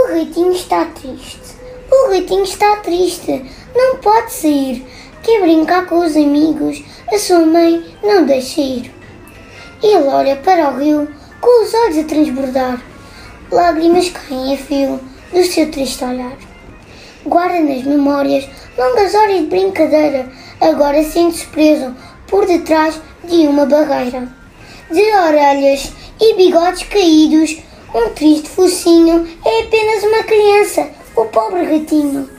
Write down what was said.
O ratinho está triste. O ratinho está triste. Não pode sair. Quer brincar com os amigos. A sua mãe não deixa ir. Ele olha para o rio com os olhos a transbordar. Lágrimas caem a fio do seu triste olhar. Guarda nas memórias longas horas de brincadeira. Agora sente-se preso por detrás de uma barreira. De orelhas e bigodes caídos, um triste focinho é apenas uma criança, o pobre ratinho.